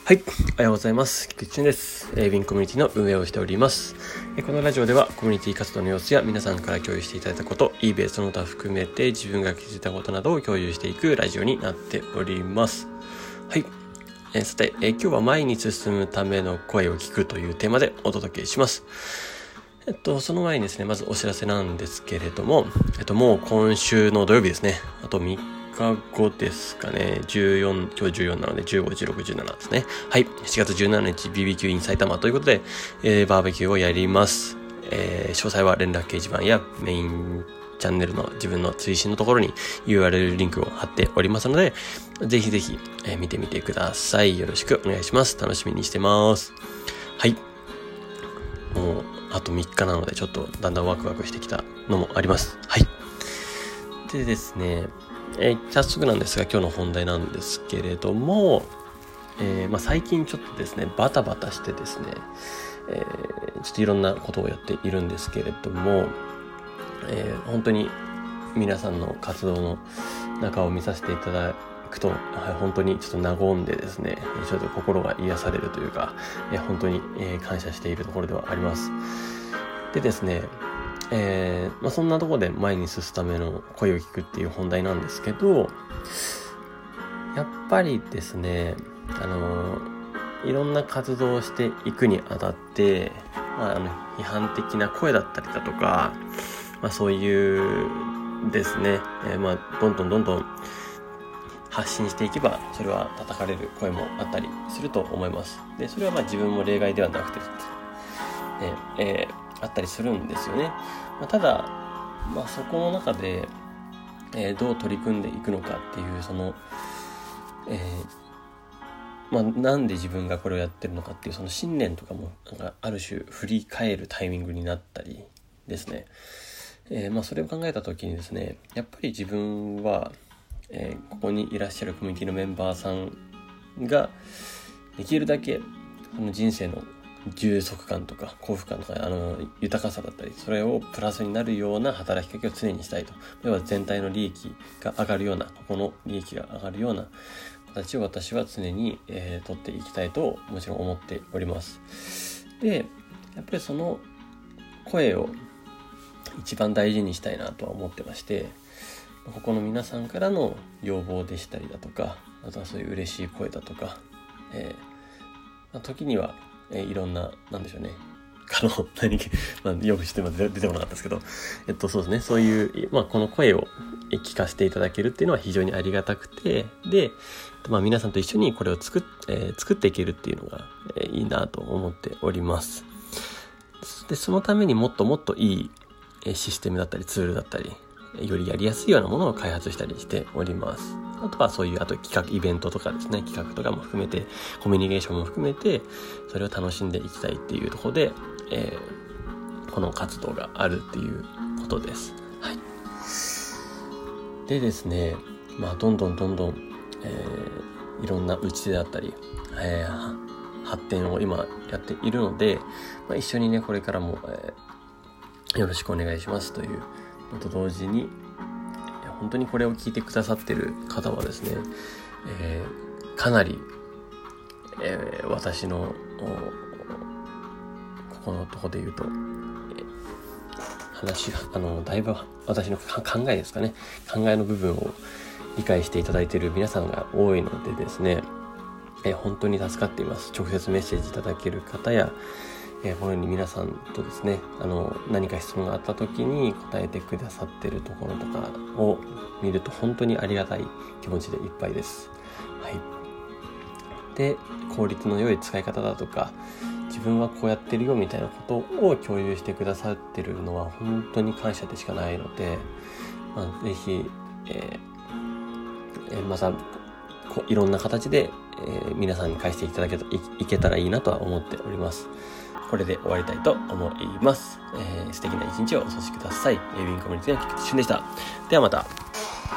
はい、おはようございます。菊池俊です。ウィンコミュニティの運営をしております。このラジオではコミュニティ活動の様子や皆さんから共有していただいたこと、eBay その他含めて自分が気づいたことなどを共有していくラジオになっております。はい、さて、今日は前に進むための声を聞くというテーマでお届けします。その前にですね、まずお知らせなんですけれども、もう今週の土曜日ですね、あと3日後ですかね、今日14なので15、16、17ですね。はい、7月17日 BBQ in 埼玉ということで、バーベキューをやります。詳細は連絡掲示板やメインチャンネルの自分の追伸のところに URL リンクを貼っておりますので、ぜひぜひ、見てみてください。よろしくお願いします。楽しみにしてます。はい。もうあと3日なのでちょっとだんだんワクワクしてきたのもあります。はい。でですね、早速なんですが今日の本題なんですけれども、最近ちょっとですねバタバタしてですね、ちょっといろんなことをやっているんですけれども、本当に皆さんの活動の中を見させていただくと、本当にちょっと和んでですね、ちょっと心が癒されるというか、本当に感謝しているところではあります。でですね、そんなところで前に進むための声を聞くっていう本題なんですけど、やっぱりですね、いろんな活動をしていくにあたって、批判的な声だったりだとか、そういうですね、どんどん発信していけばそれは叩かれる声もあったりすると思います。で、それは自分も例外ではなくて、あったりするんですよね。ただ、そこの中で、どう取り組んでいくのかっていうその、なんで自分がこれをやってるのかっていうその信念とかもある種振り返るタイミングになったりですね。それを考えた時にですね、やっぱり自分は、ここにいらっしゃるコミュニティのメンバーさんができるだけその人生の充足感とか幸福感とか豊かさだったり、それをプラスになるような働きかけを常にしたいと。要は全体の利益が上がるような、ここの利益が上がるような形を私は常に、取っていきたいともちろん思っております。で、やっぱりその声を一番大事にしたいなとは思ってまして、ここの皆さんからの要望でしたりだとか、あとはそういう嬉しい声だとか、時にはいろんな、なんでしょうね、よくして出てこなかったですけど、そうですね、そういう、この声を聞かせていただけるっていうのは非常にありがたくて、で、皆さんと一緒にこれを作っていけるっていうのが、いいなと思っております。で、そのためにもっともっといいシステムだったりツールだったり、よりやりやすいようなものを開発したりしております。あとはそういう、企画、イベントとかですね、企画とかも含めて、コミュニケーションも含めて、それを楽しんでいきたいっていうところで、この活動があるっていうことです。はい。でですね、どんどん、いろんな打ち手だったり、発展を今やっているので、一緒にね、これからも、よろしくお願いしますというのと同時に、本当にこれを聞いてくださってる方はですね、かなり、私のここのとこで言うと、だいぶ私の考えですかね、考えの部分を理解していただいている皆さんが多いのでですね、本当に助かっています。直接メッセージいただける方や、このように皆さんとですね、何か質問があった時に答えてくださっているところとかを見ると本当にありがたい気持ちでいっぱいです。はい。で、効率の良い使い方だとか、自分はこうやってるよみたいなことを共有してくださってるのは本当に感謝でしかないので、ぜひ、またいろんな形で、皆さんに返していただいけたらいいなとは思っております。これで終わりたいと思います。素敵な一日をお過ごしください。ウィンコミュニティの菊池俊でした。ではまた。